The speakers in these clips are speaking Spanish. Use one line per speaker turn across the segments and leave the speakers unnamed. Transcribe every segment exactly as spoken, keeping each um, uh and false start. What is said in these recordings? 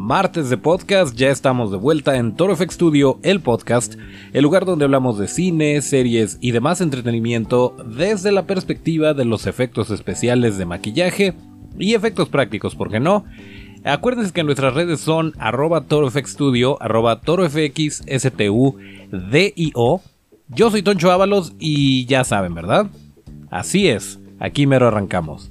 martes de podcast, ya estamos de vuelta en Toro F X Studio, el podcast, el lugar donde hablamos de cine, series y demás entretenimiento desde la perspectiva de los efectos especiales de maquillaje y efectos prácticos, ¿por qué no? Acuérdense que nuestras redes son arroba torofxstudio, arroba torofxstudio. Yo soy Toncho Ábalos y ya saben, ¿verdad? Así es, aquí mero arrancamos.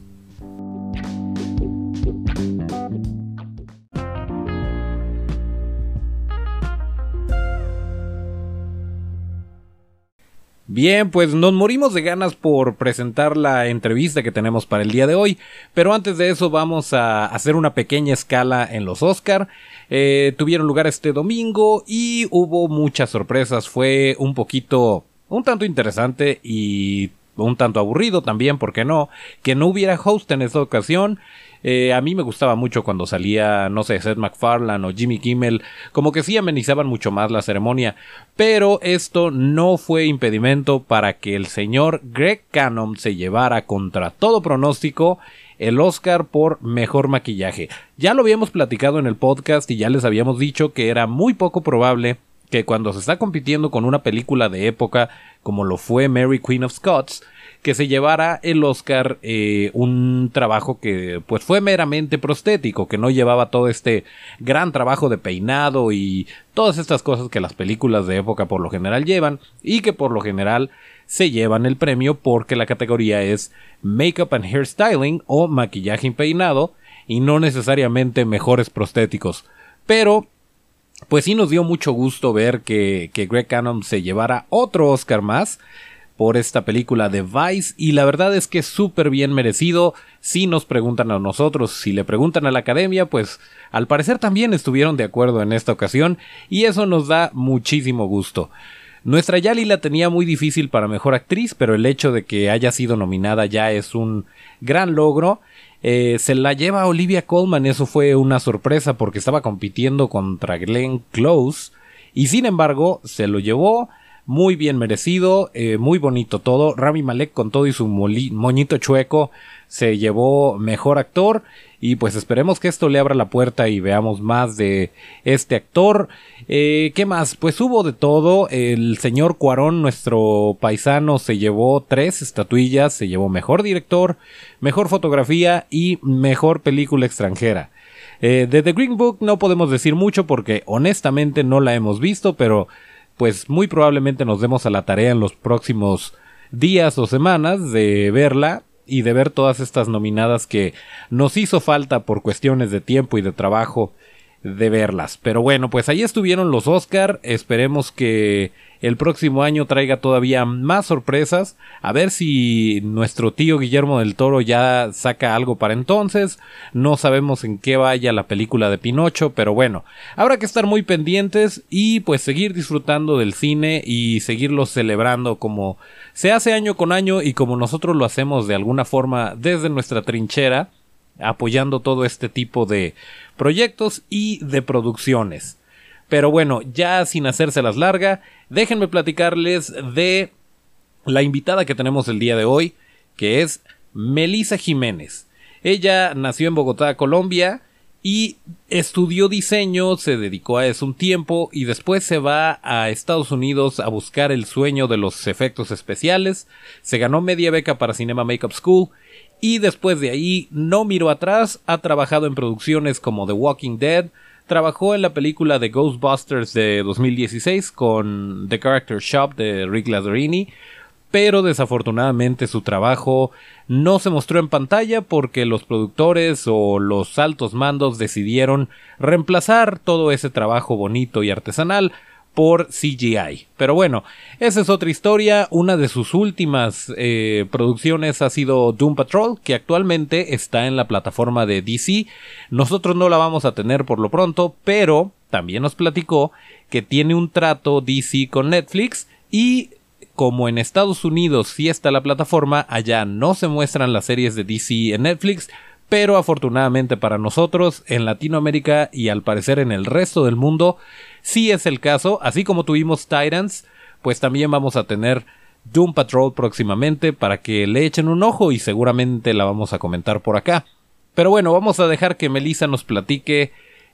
Bien, pues nos morimos de ganas por presentar la entrevista que tenemos para el día de hoy, pero antes de eso vamos a hacer una pequeña escala en los Oscar. Eh, tuvieron lugar este domingo y hubo muchas sorpresas, fue un poquito, un tanto interesante y un tanto aburrido también, ¿por qué no? Que no hubiera host en esta ocasión. Eh, a mí me gustaba mucho cuando salía, no sé, Seth MacFarlane o Jimmy Kimmel, como que sí amenizaban mucho más la ceremonia, pero esto no fue impedimento para que el señor Greg Cannom se llevara contra todo pronóstico el Oscar por mejor maquillaje. Ya lo habíamos platicado en el podcast y ya les habíamos dicho que era muy poco probable que cuando se está compitiendo con una película de época como lo fue Mary Queen of Scots, que se llevara el Oscar eh, un trabajo que pues fue meramente prostético, que no llevaba todo este gran trabajo de peinado y todas estas cosas que las películas de época por lo general llevan y que por lo general se llevan el premio porque la categoría es Makeup and Hairstyling o maquillaje y peinado y no necesariamente mejores prostéticos. Pero pues sí nos dio mucho gusto ver que, que Greg Cannom se llevara otro Oscar más por esta película de Vice, y la verdad es que es súper bien merecido. Si nos preguntan a nosotros, si le preguntan a la academia, pues al parecer también estuvieron de acuerdo en esta ocasión, y eso nos da muchísimo gusto. Nuestra Yali la tenía muy difícil para mejor actriz, pero el hecho de que haya sido nominada ya es un gran logro. Eh, se la lleva Olivia Colman, eso fue una sorpresa porque estaba compitiendo contra Glenn Close, y sin embargo se lo llevó. Muy bien merecido, eh, muy bonito todo. Rami Malek con todo y su moli- moñito chueco se llevó mejor actor y pues esperemos que esto le abra la puerta y veamos más de este actor. Eh, ¿Qué más? Pues hubo de todo. El señor Cuarón, nuestro paisano, se llevó tres estatuillas, se llevó mejor director, mejor fotografía y mejor película extranjera. Eh, de The Green Book no podemos decir mucho porque honestamente no la hemos visto, pero pues muy probablemente nos demos a la tarea en los próximos días o semanas de verla y de ver todas estas nominadas que nos hizo falta por cuestiones de tiempo y de trabajo de verlas. Pero bueno, pues ahí estuvieron los Oscar. Esperemos que el próximo año traiga todavía más sorpresas. A ver si nuestro tío Guillermo del Toro ya saca algo para entonces. No sabemos en qué vaya la película de Pinocho, pero bueno, habrá que estar muy pendientes y pues seguir disfrutando del cine y seguirlo celebrando como se hace año con año y como nosotros lo hacemos de alguna forma desde nuestra trinchera, apoyando todo este tipo de proyectos y de producciones. Pero bueno, ya sin hacérselas larga, déjenme platicarles de la invitada que tenemos el día de hoy, que es Melissa Jiménez. Ella nació en Bogotá, Colombia, y estudió diseño, se dedicó a eso un tiempo, y después se va a Estados Unidos a buscar el sueño de los efectos especiales. Se ganó media beca para Cinema Makeup School, y después de ahí no miró atrás, ha trabajado en producciones como The Walking Dead, trabajó en la película de Ghostbusters de dos mil dieciséis con The Character Shop de Rick Lazzarini, pero desafortunadamente su trabajo no se mostró en pantalla porque los productores o los altos mandos decidieron reemplazar todo ese trabajo bonito y artesanal por C G I. Pero bueno, esa es otra historia. Una de sus últimas eh, producciones ha sido Doom Patrol, que actualmente está en la plataforma de D C. Nosotros no la vamos a tener por lo pronto, pero también nos platicó que tiene un trato D C con Netflix y como en Estados Unidos sí está la plataforma, allá no se muestran las series de D C en Netflix, pero afortunadamente para nosotros en Latinoamérica y al parecer en el resto del mundo sí es el caso. Así como tuvimos Titans, pues también vamos a tener Doom Patrol próximamente para que le echen un ojo y seguramente la vamos a comentar por acá. Pero bueno, vamos a dejar que Melissa nos platique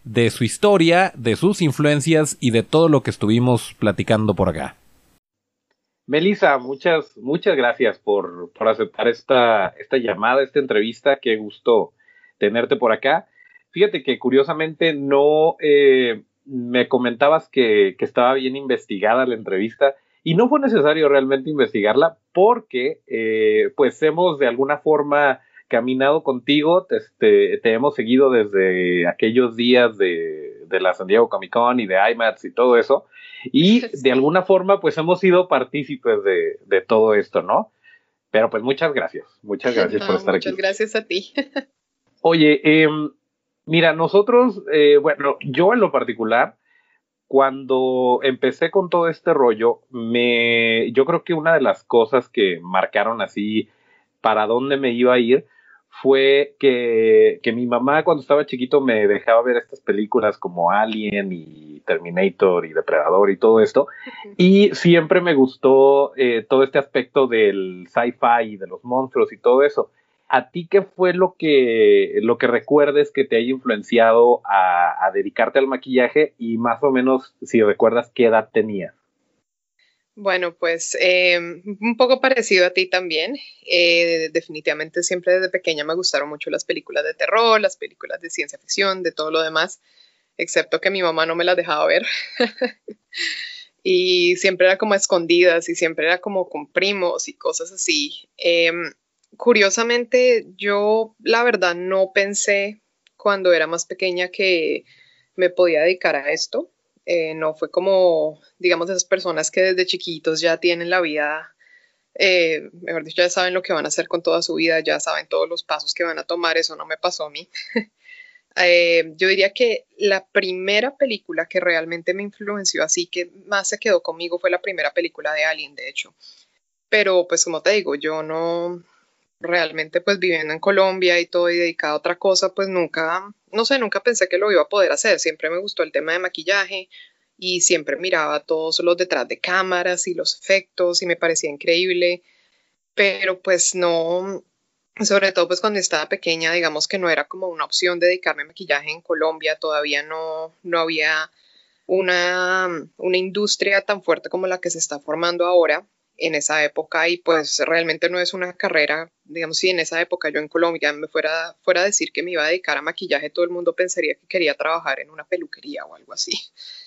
de su historia, de sus influencias y de todo lo que estuvimos platicando por acá.
Melissa, muchas, muchas gracias por, por aceptar esta, esta llamada, esta entrevista. Qué gusto tenerte por acá. Fíjate que curiosamente no eh, me comentabas que, que estaba bien investigada la entrevista y no fue necesario realmente investigarla porque eh, pues hemos de alguna forma caminado contigo, te, este, te hemos seguido desde aquellos días de, de la San Diego Comic Con y de IMAX y todo eso. Y de alguna forma, pues hemos sido partícipes de, de todo esto, ¿no? Pero pues muchas gracias, muchas gracias
No,
por estar
muchas
aquí.
gracias a ti.
Oye, eh, mira, nosotros, eh, bueno, yo en lo particular, cuando empecé con todo este rollo, me, yo creo que una de las cosas que marcaron así para dónde me iba a ir fue que, que mi mamá cuando estaba chiquito me dejaba ver estas películas como Alien y Terminator y Depredador y todo esto, y siempre me gustó eh, todo este aspecto del sci-fi y de los monstruos y todo eso. ¿A ti qué fue lo que, lo que recuerdes que te haya influenciado a, a dedicarte al maquillaje y más o menos si recuerdas qué edad tenías?
Bueno, pues eh, un poco parecido a ti también. Eh, definitivamente siempre desde pequeña me gustaron mucho las películas de terror, las películas de ciencia ficción, de todo lo demás, excepto que mi mamá no me las dejaba ver. Y siempre era como a escondidas y siempre era como con primos y cosas así. Eh, curiosamente, yo la verdad no pensé cuando era más pequeña que me podía dedicar a esto. Eh, no fue como, digamos, esas personas que desde chiquitos ya tienen la vida, eh, mejor dicho, ya saben lo que van a hacer con toda su vida, ya saben todos los pasos que van a tomar. Eso no me pasó a mí. Eh, yo diría que la primera película que realmente me influenció así, que más se quedó conmigo, fue la primera película de Alien, de hecho. Pero pues como te digo, yo no realmente pues viviendo en Colombia y todo y dedicado a otra cosa, pues nunca, no sé, nunca pensé que lo iba a poder hacer. Siempre me gustó el tema de maquillaje y siempre miraba todos los detrás de cámaras y los efectos y me parecía increíble, pero pues no, sobre todo pues cuando estaba pequeña, digamos que no era como una opción dedicarme a maquillaje en Colombia, todavía no, no había una, una industria tan fuerte como la que se está formando ahora en esa época y pues realmente no es una carrera, digamos, si en esa época yo en Colombia me fuera, fuera a decir que me iba a dedicar a maquillaje, todo el mundo pensaría que quería trabajar en una peluquería o algo así.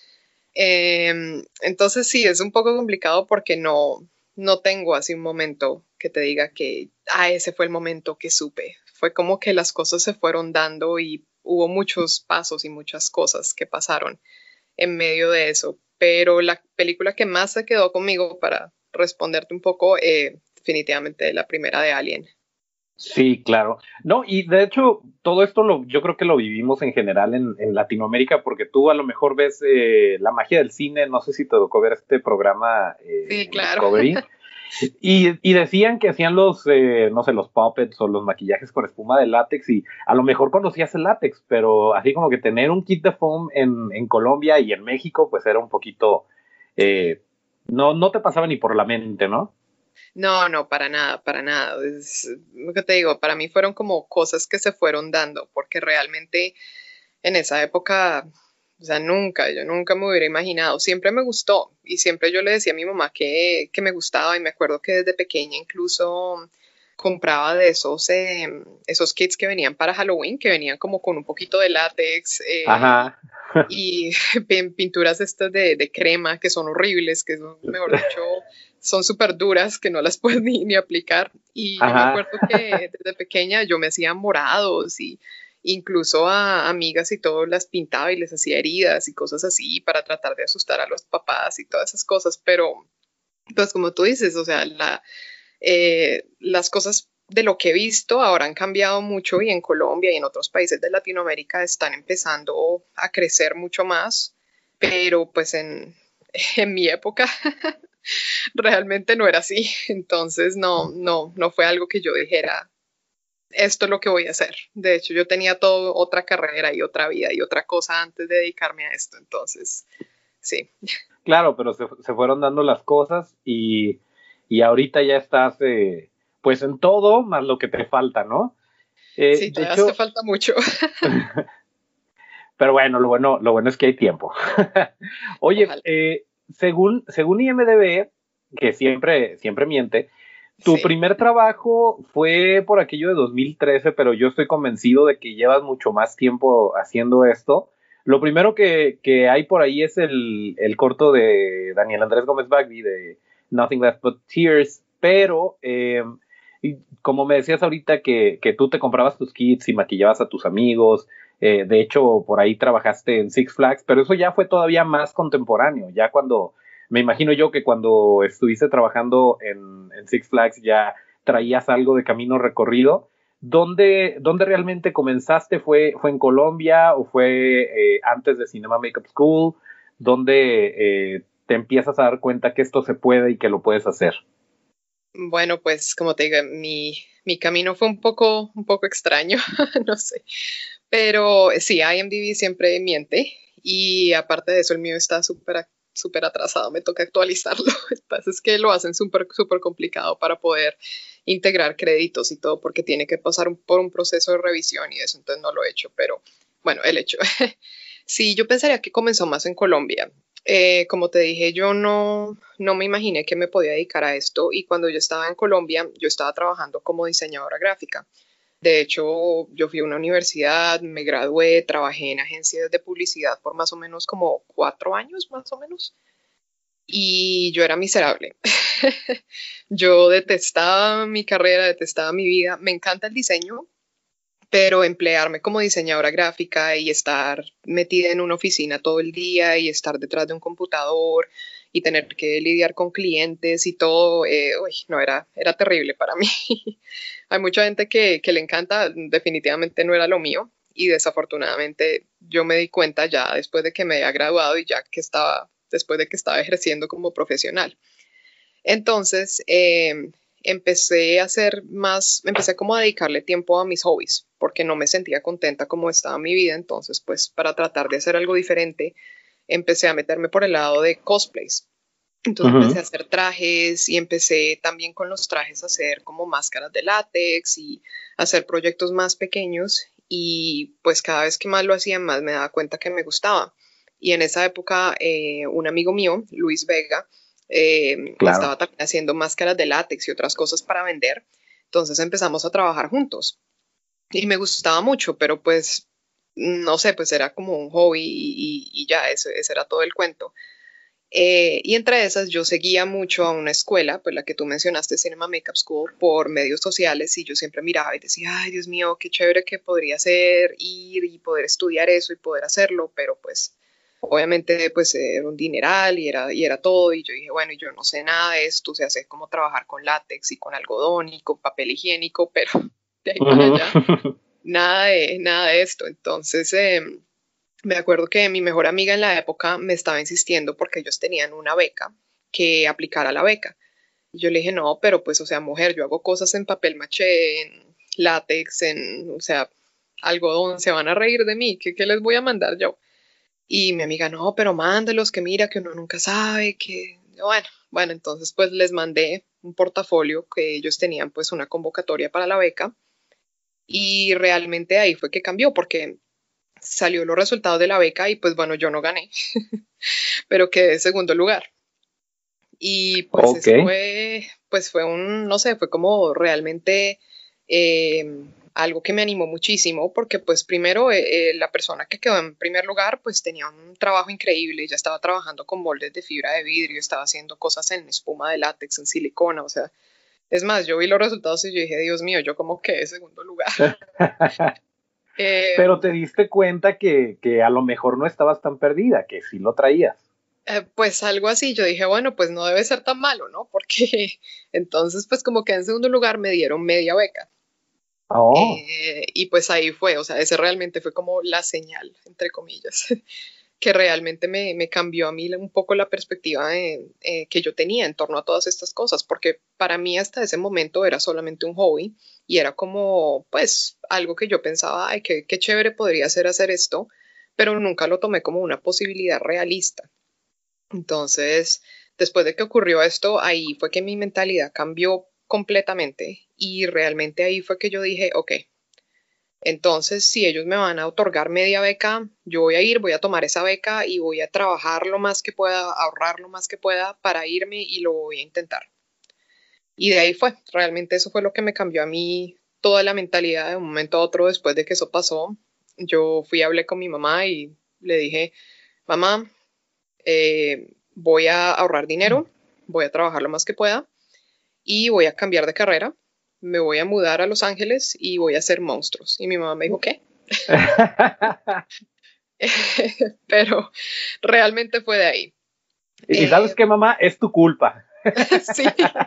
Eh, entonces sí, es un poco complicado porque no, no tengo así un momento que te diga que, ah, ese fue el momento que supe. Fue como que las cosas se fueron dando y hubo muchos pasos y muchas cosas que pasaron en medio de eso. Pero la película que más se quedó conmigo para responderte un poco, eh, definitivamente la primera de Alien.
Sí, claro. No, y de hecho, todo esto lo, yo creo que lo vivimos en general en, en Latinoamérica, porque tú a lo mejor ves eh, la magia del cine, no sé si te tocó ver este programa eh,
Sí,
en
claro.
Discovery, y, y decían que hacían los, eh, no sé, los puppets o los maquillajes con espuma de látex, y a lo mejor conocías el látex, pero así como que tener un kit de foam en, en Colombia y en México, pues era un poquito, eh, no, no te pasaba ni por la mente, ¿no?
No, no, para nada, para nada. Es lo que te digo, para mí fueron como cosas que se fueron dando, porque realmente en esa época, o sea, nunca, yo nunca me hubiera imaginado. Siempre me gustó y siempre yo le decía a mi mamá que, que me gustaba y me acuerdo que desde pequeña incluso compraba de esos, eh, esos kits que venían para Halloween, que venían como con un poquito de látex eh,
Ajá.
y pinturas estas de, de crema que son horribles, que son, mejor dicho, son súper duras, que no las puedes ni, ni aplicar. Y yo me
Ajá.
acuerdo que desde pequeña yo me hacía morados y incluso a amigas y todo las pintaba y les hacía heridas y cosas así para tratar de asustar a los papás y todas esas cosas. Pero, pues como tú dices, o sea, la, eh, las cosas de lo que he visto ahora han cambiado mucho y en Colombia y en otros países de Latinoamérica están empezando a crecer mucho más, pero pues en, en mi época realmente no era así, entonces no, no, no fue algo que yo dijera, esto es lo que voy a hacer. De hecho, yo tenía toda otra carrera y otra vida y otra cosa antes de dedicarme a esto, entonces sí.
Claro, pero se, se fueron dando las cosas y, y ahorita ya estás, eh, pues en todo, más lo que te falta, ¿no? Eh,
Sí,
de
todavía hace
hecho,
falta mucho.
pero bueno, lo bueno, lo bueno es que hay tiempo. Oye, eh, según, según I M D B, que siempre, siempre miente, tu sí. primer trabajo fue por aquello de dos mil trece, pero yo estoy convencido de que llevas mucho más tiempo haciendo esto. Lo primero que, que hay por ahí es el, el corto de Daniel Andrés Gómez Bagby de Nothing Left But Tears, pero eh, como me decías ahorita que, que tú te comprabas tus kits y maquillabas a tus amigos, eh, de hecho por ahí trabajaste en Six Flags, pero eso ya fue todavía más contemporáneo, ya cuando, me imagino yo que cuando estuviste trabajando en, en Six Flags ya traías algo de camino recorrido. ¿Dónde, dónde realmente comenzaste? ¿Fue, fue en Colombia o fue eh, antes de Cinema Makeup School? ¿Dónde eh, te empiezas a dar cuenta que esto se puede y que lo puedes hacer?
Bueno, pues como te digo, mi, mi camino fue un poco, un poco extraño, no sé. Pero sí, I M D B siempre miente y aparte de eso el mío está súper súper atrasado, me toca actualizarlo. Entonces es que lo hacen súper súper complicado para poder integrar créditos y todo porque tiene que pasar un, por un proceso de revisión y eso, entonces no lo he hecho, pero bueno, el hecho. Sí, yo pensaría que comenzó más en Colombia. Eh, como te dije, yo no, no me imaginé que me podía dedicar a esto y cuando yo estaba en Colombia, yo estaba trabajando como diseñadora gráfica. De hecho, yo fui a una universidad, me gradué, trabajé en agencias de publicidad por más o menos como cuatro años, más o menos, y yo era miserable. Yo detestaba mi carrera, detestaba mi vida. Me encanta el diseño, pero emplearme como diseñadora gráfica y estar metida en una oficina todo el día y estar detrás de un computador y tener que lidiar con clientes y todo, eh, uy, no, era, era terrible para mí. Hay mucha gente que, que le encanta, definitivamente no era lo mío y desafortunadamente yo me di cuenta ya después de que me había graduado y ya que estaba, después de que estaba ejerciendo como profesional. Entonces, eh, empecé a hacer más, empecé como a dedicarle tiempo a mis hobbies, porque no me sentía contenta como estaba mi vida, entonces pues para tratar de hacer algo diferente, empecé a meterme por el lado de cosplays. Entonces uh-huh. empecé a hacer trajes y empecé también con los trajes a hacer como máscaras de látex y hacer proyectos más pequeños y pues cada vez que más lo hacía más me daba cuenta que me gustaba. Y en esa época eh, un amigo mío, Luis Vega, Eh, claro. estaba también haciendo máscaras de látex y otras cosas para vender, entonces empezamos a trabajar juntos y me gustaba mucho, pero pues no sé, pues era como un hobby y, y, y ya, ese, ese era todo el cuento. Eh, y entre esas yo seguía mucho a una escuela, pues la que tú mencionaste, Cinema Makeup School, por medios sociales y yo siempre miraba y decía, ay Dios mío, qué chévere que podría ser ir y poder estudiar eso y poder hacerlo, pero pues obviamente pues era un dineral y era, y era todo y yo dije, bueno, yo no sé nada de esto, sé hacer cómo trabajar con látex y con algodón y con papel higiénico, pero de ahí para allá, nada de, nada de esto. Entonces eh, me acuerdo que mi mejor amiga en la época me estaba insistiendo porque ellos tenían una beca, que aplicara la beca. Y yo le dije, no, pero pues, o sea, mujer, yo hago cosas en papel maché, en látex, en, o sea, algodón, se van a reír de mí, ¿qué, qué les voy a mandar yo? Y mi amiga, no, pero mándalos, que mira, que uno nunca sabe, que bueno, bueno, entonces pues les mandé un portafolio que ellos tenían pues una convocatoria para la beca y realmente ahí fue que cambió porque salió los resultados de la beca y pues bueno, yo no gané, pero quedé en segundo lugar. Y pues okay. eso fue, pues fue un, no sé, fue como realmente eh, algo que me animó muchísimo porque pues primero eh, la persona que quedó en primer lugar pues tenía un trabajo increíble, ya estaba trabajando con moldes de fibra de vidrio, estaba haciendo cosas en espuma de látex, en silicona, o sea, es más, yo vi los resultados y yo dije, Dios mío, yo como quedé en segundo lugar.
eh, Pero te diste cuenta que, que a lo mejor no estabas tan perdida, que sí lo traías.
Eh, pues algo así, yo dije, bueno, pues no debe ser tan malo, ¿no? Porque entonces, pues como que en segundo lugar me dieron media beca. Oh. Eh, y pues ahí fue, o sea, ese realmente fue como la señal, entre comillas, que realmente me, me cambió a mí un poco la perspectiva de, eh, que yo tenía en torno a todas estas cosas, porque para mí hasta ese momento era solamente un hobby y era como, pues, algo que yo pensaba, ay, qué, qué chévere podría ser hacer esto, pero nunca lo tomé como una posibilidad realista. Entonces, después de que ocurrió esto, ahí fue que mi mentalidad cambió completamente y realmente ahí fue que yo dije, ok, Entonces, si ellos me van a otorgar media beca, yo voy a ir, voy a tomar esa beca y voy a trabajar lo más que pueda, ahorrar lo más que pueda para irme y lo voy a intentar. Y de ahí fue, realmente eso fue lo que me cambió a mí toda la mentalidad de un momento a otro después de que eso pasó. Yo fui, hablé con mi mamá y le dije, mamá, eh, voy a ahorrar dinero, voy a trabajar lo más que pueda y voy a cambiar de carrera, me voy a mudar a Los Ángeles y voy a hacer monstruos. Y mi mamá me dijo, ¿qué? Pero realmente fue de ahí.
Y eh, ¿sabes qué, mamá? Es tu culpa.
Sí.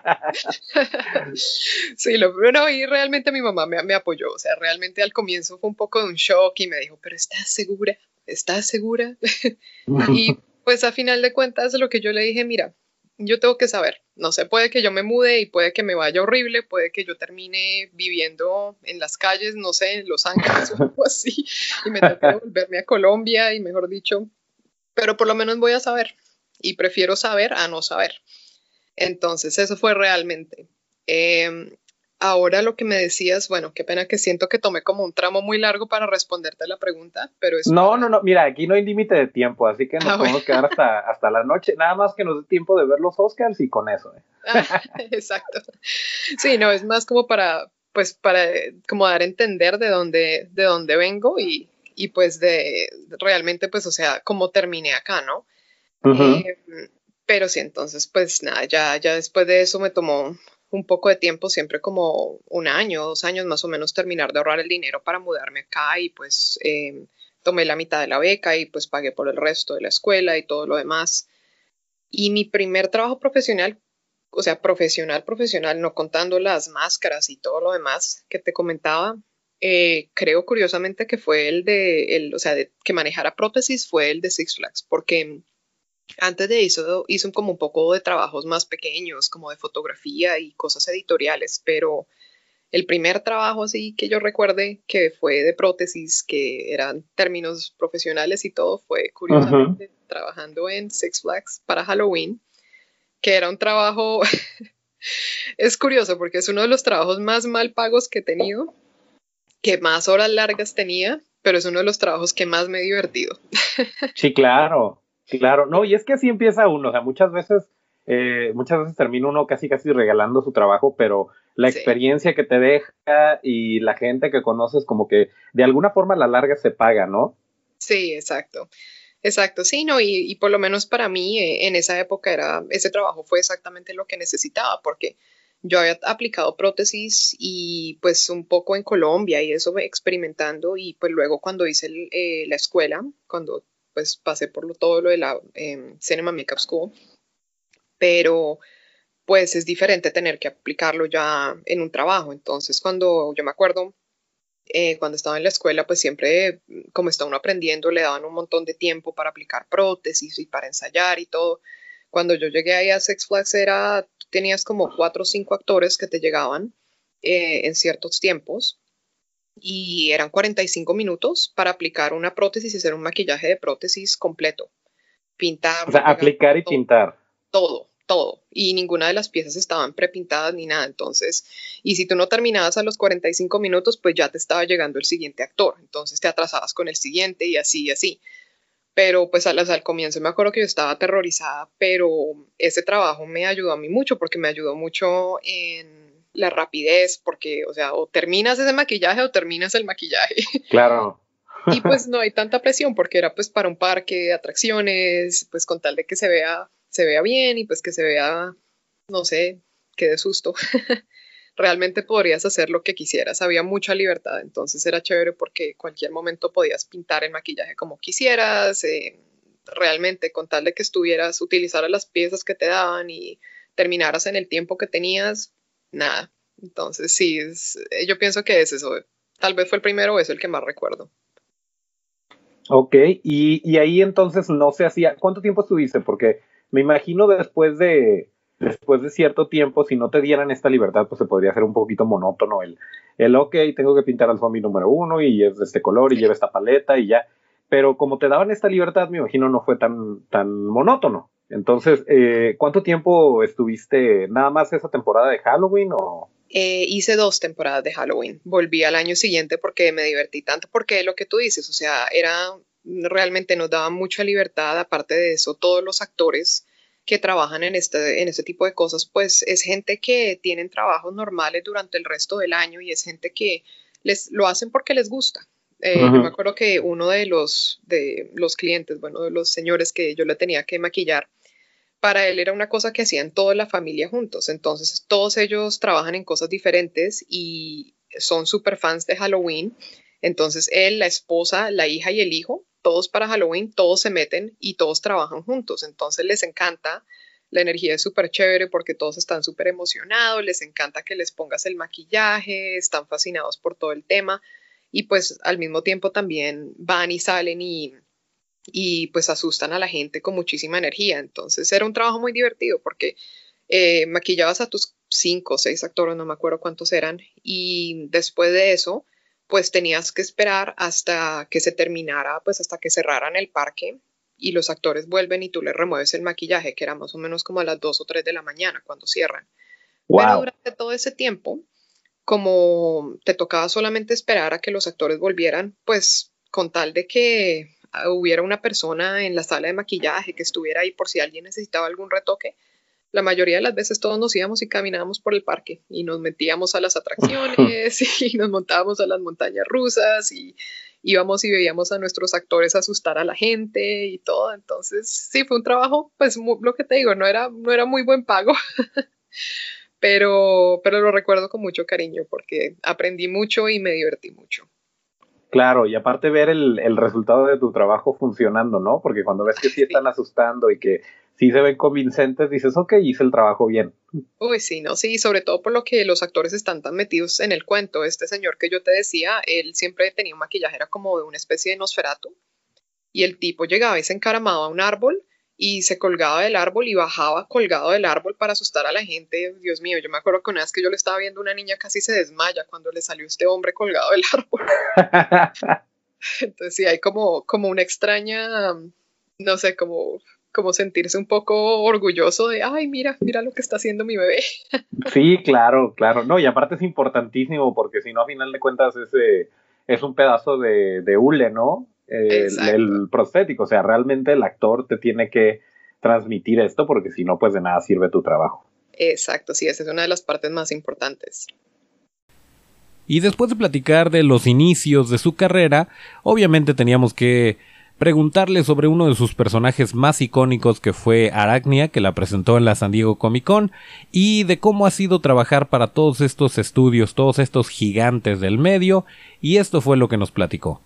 Sí, lo bueno, y realmente mi mamá me, me apoyó. O sea, realmente al comienzo fue un poco de un shock y me dijo, pero ¿estás segura? ¿Estás segura? Y pues a final de cuentas lo que yo le dije, mira, yo tengo que saber, no sé, puede que yo me mude y puede que me vaya horrible, puede que yo termine viviendo en las calles, no sé, en Los Ángeles o algo así, y me toque volverme a Colombia y mejor dicho, pero por lo menos voy a saber y prefiero saber a no saber. Entonces eso fue realmente. Eh, Ahora lo que me decías, bueno, qué pena que siento que tomé como un tramo muy largo para responderte la pregunta, pero es
No,
para...
no, no, mira, aquí no hay límite de tiempo, así que nos ah, podemos bueno. quedar hasta, hasta la noche, nada más que nos dé tiempo de ver los Oscars y con eso. ¿eh?
Ah, exacto. Sí, no, es más como para, pues, para como dar a entender de dónde, de dónde vengo y, y pues de realmente, pues, o sea, cómo terminé acá, ¿no? Uh-huh. eh, pero sí, entonces, pues nada, ya, ya después de eso me tomó un poco de tiempo, siempre como un año, dos años más o menos, terminar de ahorrar el dinero para mudarme acá y pues eh, tomé la mitad de la beca y pues pagué por el resto de la escuela y todo lo demás. Y mi primer trabajo profesional, o sea, profesional, profesional, no contando las máscaras y todo lo demás que te comentaba, eh, creo curiosamente que fue el de, el, o sea, de, que manejara prótesis fue el de Six Flags, porque antes de eso hice como un poco de trabajos más pequeños, como de fotografía y cosas editoriales, pero el primer trabajo así que yo recuerde que fue de prótesis, que eran términos profesionales y todo, fue curiosamente uh-huh. trabajando en Six Flags para Halloween, que era un trabajo, es curioso porque es uno de los trabajos más mal pagos que he tenido, que más horas largas tenía, pero es uno de los trabajos que más me he divertido.
Sí, claro. Claro, no, y es que así empieza uno, o sea, muchas veces, eh, muchas veces termina uno casi casi regalando su trabajo, pero la sí. experiencia que te deja y la gente que conoces como que de alguna forma a la larga se paga, ¿no?
Sí, exacto, exacto, sí, no, y, y por lo menos para mí eh, en esa época era, ese trabajo fue exactamente lo que necesitaba, porque yo había aplicado prótesis y pues un poco en Colombia y eso experimentando y pues luego cuando hice el, eh, la escuela, cuando pues pasé por lo, todo lo de la eh, Cinema Makeup School, pero pues es diferente tener que aplicarlo ya en un trabajo. Entonces cuando yo me acuerdo, eh, cuando estaba en la escuela, pues siempre, como está uno aprendiendo, le daban un montón de tiempo para aplicar prótesis y para ensayar y todo. Cuando yo llegué ahí a Six Flags era, tenías como cuatro o cinco actores que te llegaban eh, en ciertos tiempos y eran cuarenta y cinco minutos para aplicar una prótesis y hacer un maquillaje de prótesis completo. Pintar.
O sea, aplicar y
todo,
pintar.
Todo, todo. Y ninguna de las piezas estaban prepintadas ni nada. Entonces, y si tú no terminabas a los cuarenta y cinco minutos, pues ya te estaba llegando el siguiente actor. Entonces te atrasabas con el siguiente y así y así. Pero pues al, al comienzo me acuerdo que yo estaba aterrorizada, pero ese trabajo me ayudó a mí mucho porque me ayudó mucho en la rapidez, porque, o sea, o terminas ese maquillaje o terminas el maquillaje.
Claro.
Y pues no hay tanta presión porque era pues para un parque de atracciones, pues con tal de que se vea, se vea bien y pues que se vea, no sé, que de susto. Realmente podrías hacer lo que quisieras, había mucha libertad, entonces era chévere porque cualquier momento podías pintar el maquillaje como quisieras, eh, realmente con tal de que estuvieras, utilizaras las piezas que te daban y terminaras en el tiempo que tenías, nada. Entonces sí, es, yo pienso que es eso, tal vez fue el primero o es el que más recuerdo.
Ok, y, y ahí entonces no se hacía, ¿cuánto tiempo estuviste? Porque me imagino después de, después de cierto tiempo, si no te dieran esta libertad, pues se podría hacer un poquito monótono el, el ok, tengo que pintar al zombie número uno y es de este color y
Sí.
lleva esta paleta y ya, pero como te daban esta libertad, me imagino no fue tan, tan monótono. Entonces, eh, ¿cuánto tiempo estuviste nada más esa temporada de Halloween o...?
Eh, hice dos temporadas de Halloween. Volví al año siguiente porque me divertí tanto, porque lo que tú dices, o sea, era realmente nos daba mucha libertad. Aparte de eso, todos los actores que trabajan en este, en este tipo de cosas, pues es gente que tienen trabajos normales durante el resto del año y es gente que les lo hacen porque les gusta. Eh, yo me
Ujú.
acuerdo que uno de los, de los clientes, bueno, de los señores que yo le tenía que maquillar, para él era una cosa que hacían toda la familia juntos. Entonces, todos ellos trabajan en cosas diferentes y son súper fans de Halloween. Entonces, él, la esposa, la hija y el hijo, todos para Halloween, todos se meten y todos trabajan juntos. Entonces, les encanta. La energía es súper chévere porque todos están súper emocionados, les encanta que les pongas el maquillaje, están fascinados por todo el tema y pues al mismo tiempo también van y salen y y pues asustan a la gente con muchísima energía. Entonces era un trabajo muy divertido porque eh, maquillabas a tus cinco o seis actores, no me acuerdo cuántos eran, y después de eso, pues tenías que esperar hasta que se terminara, pues hasta que cerraran el parque y los actores vuelven y tú les remueves el maquillaje, que era más o menos como a las dos o tres de la mañana cuando cierran. Pero
Wow.
durante todo ese tiempo, como te tocaba solamente esperar a que los actores volvieran, pues con tal de que ah, hubiera una persona en la sala de maquillaje que estuviera ahí por si alguien necesitaba algún retoque, la mayoría de las veces todos nos íbamos y caminábamos por el parque y nos metíamos a las atracciones y nos montábamos a las montañas rusas y íbamos y veíamos a nuestros actores asustar a la gente y todo. Entonces, sí, fue un trabajo, pues mu- lo que te digo, no era, no era muy buen pago, pero, pero lo recuerdo con mucho cariño porque aprendí mucho y me divertí mucho.
Claro, y aparte ver el, el resultado de tu trabajo funcionando, ¿no? Porque cuando ves que sí
Sí.
están asustando y que sí se ven convincentes, dices, ok, hice el trabajo bien.
Uy, sí, no, sí, sobre todo por lo que los actores están tan metidos en el cuento. Este señor que yo te decía, él siempre tenía un maquillaje, era como de una especie de Nosferatu, y el tipo llegaba y se encaramaba a un árbol y se colgaba del árbol y bajaba colgado del árbol para asustar a la gente. Dios mío, yo me acuerdo que una vez que yo le estaba viendo, una niña casi se desmaya cuando le salió este hombre colgado del árbol. Entonces sí, hay como, como una extraña, no sé, como, como sentirse un poco orgulloso de, ay, mira, mira lo que está haciendo mi bebé.
Sí, claro, claro. No, y aparte es importantísimo porque si no, a final de cuentas, es, eh, es un pedazo de, de hule, ¿no? El,
Exacto,
el prostético, o sea, realmente el actor te tiene que transmitir esto porque si no, pues de nada sirve tu trabajo.
exacto, sí, esa es una de las partes más importantes.
Y después de platicar de los inicios de su carrera, obviamente teníamos que preguntarle sobre uno de sus personajes más icónicos, que fue Arachnia, que la presentó en la San Diego Comic Con, y de cómo ha sido trabajar para todos estos estudios, todos estos gigantes del medio, y esto fue lo que nos platicó.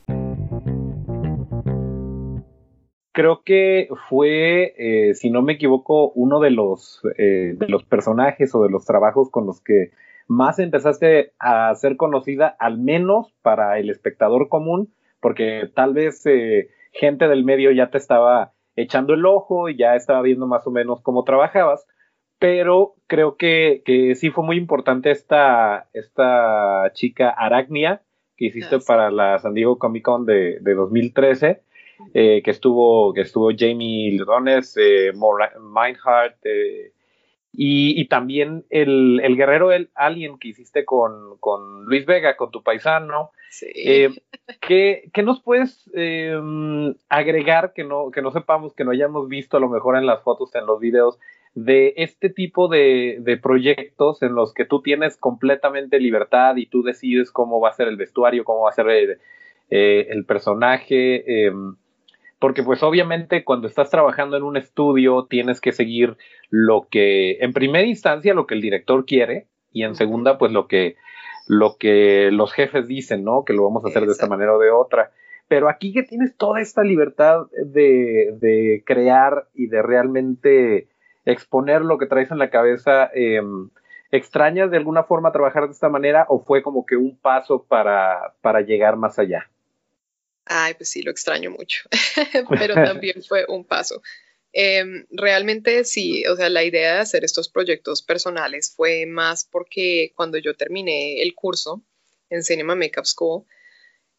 Creo que fue, eh, si no me equivoco, uno de los, eh, de los personajes o de los trabajos con los que más empezaste a ser conocida, al menos para el espectador común, porque tal vez eh, gente del medio ya te estaba echando el ojo y ya estaba viendo más o menos cómo trabajabas, pero creo que, que sí fue muy importante esta, esta chica Arachnia que hiciste
Ah, sí.
para la San Diego Comic Con de, de dos mil trece, eh, que estuvo que estuvo Jamie Lee Dones, eh, Mindheart, eh, y, y, también el, el guerrero el Alien que hiciste con, con Luis Vega, con tu paisano.
Sí.
Eh, ¿qué, ¿Qué nos puedes eh, agregar que no, que no sepamos, que no hayamos visto a lo mejor en las fotos, en los videos, de este tipo de, de proyectos en los que tú tienes completamente libertad y tú decides cómo va a ser el vestuario, cómo va a ser el, eh, el personaje? Eh, porque pues obviamente cuando estás trabajando en un estudio tienes que seguir lo que, en primera instancia, lo que el director quiere y en
Ujú.
segunda, pues lo que, lo que los jefes dicen, ¿no? Que lo vamos a hacer de esta
Exacto.
manera o de otra. Pero aquí que tienes toda esta libertad de, de crear y de realmente exponer lo que traes en la cabeza, eh, ¿extrañas de alguna forma trabajar de esta manera o fue como que un paso para, para llegar más allá?
Ay, pues sí, lo extraño mucho, pero también fue un paso. Em, realmente sí, o sea, la idea de hacer estos proyectos personales fue más porque cuando yo terminé el curso en Cinema Makeup School,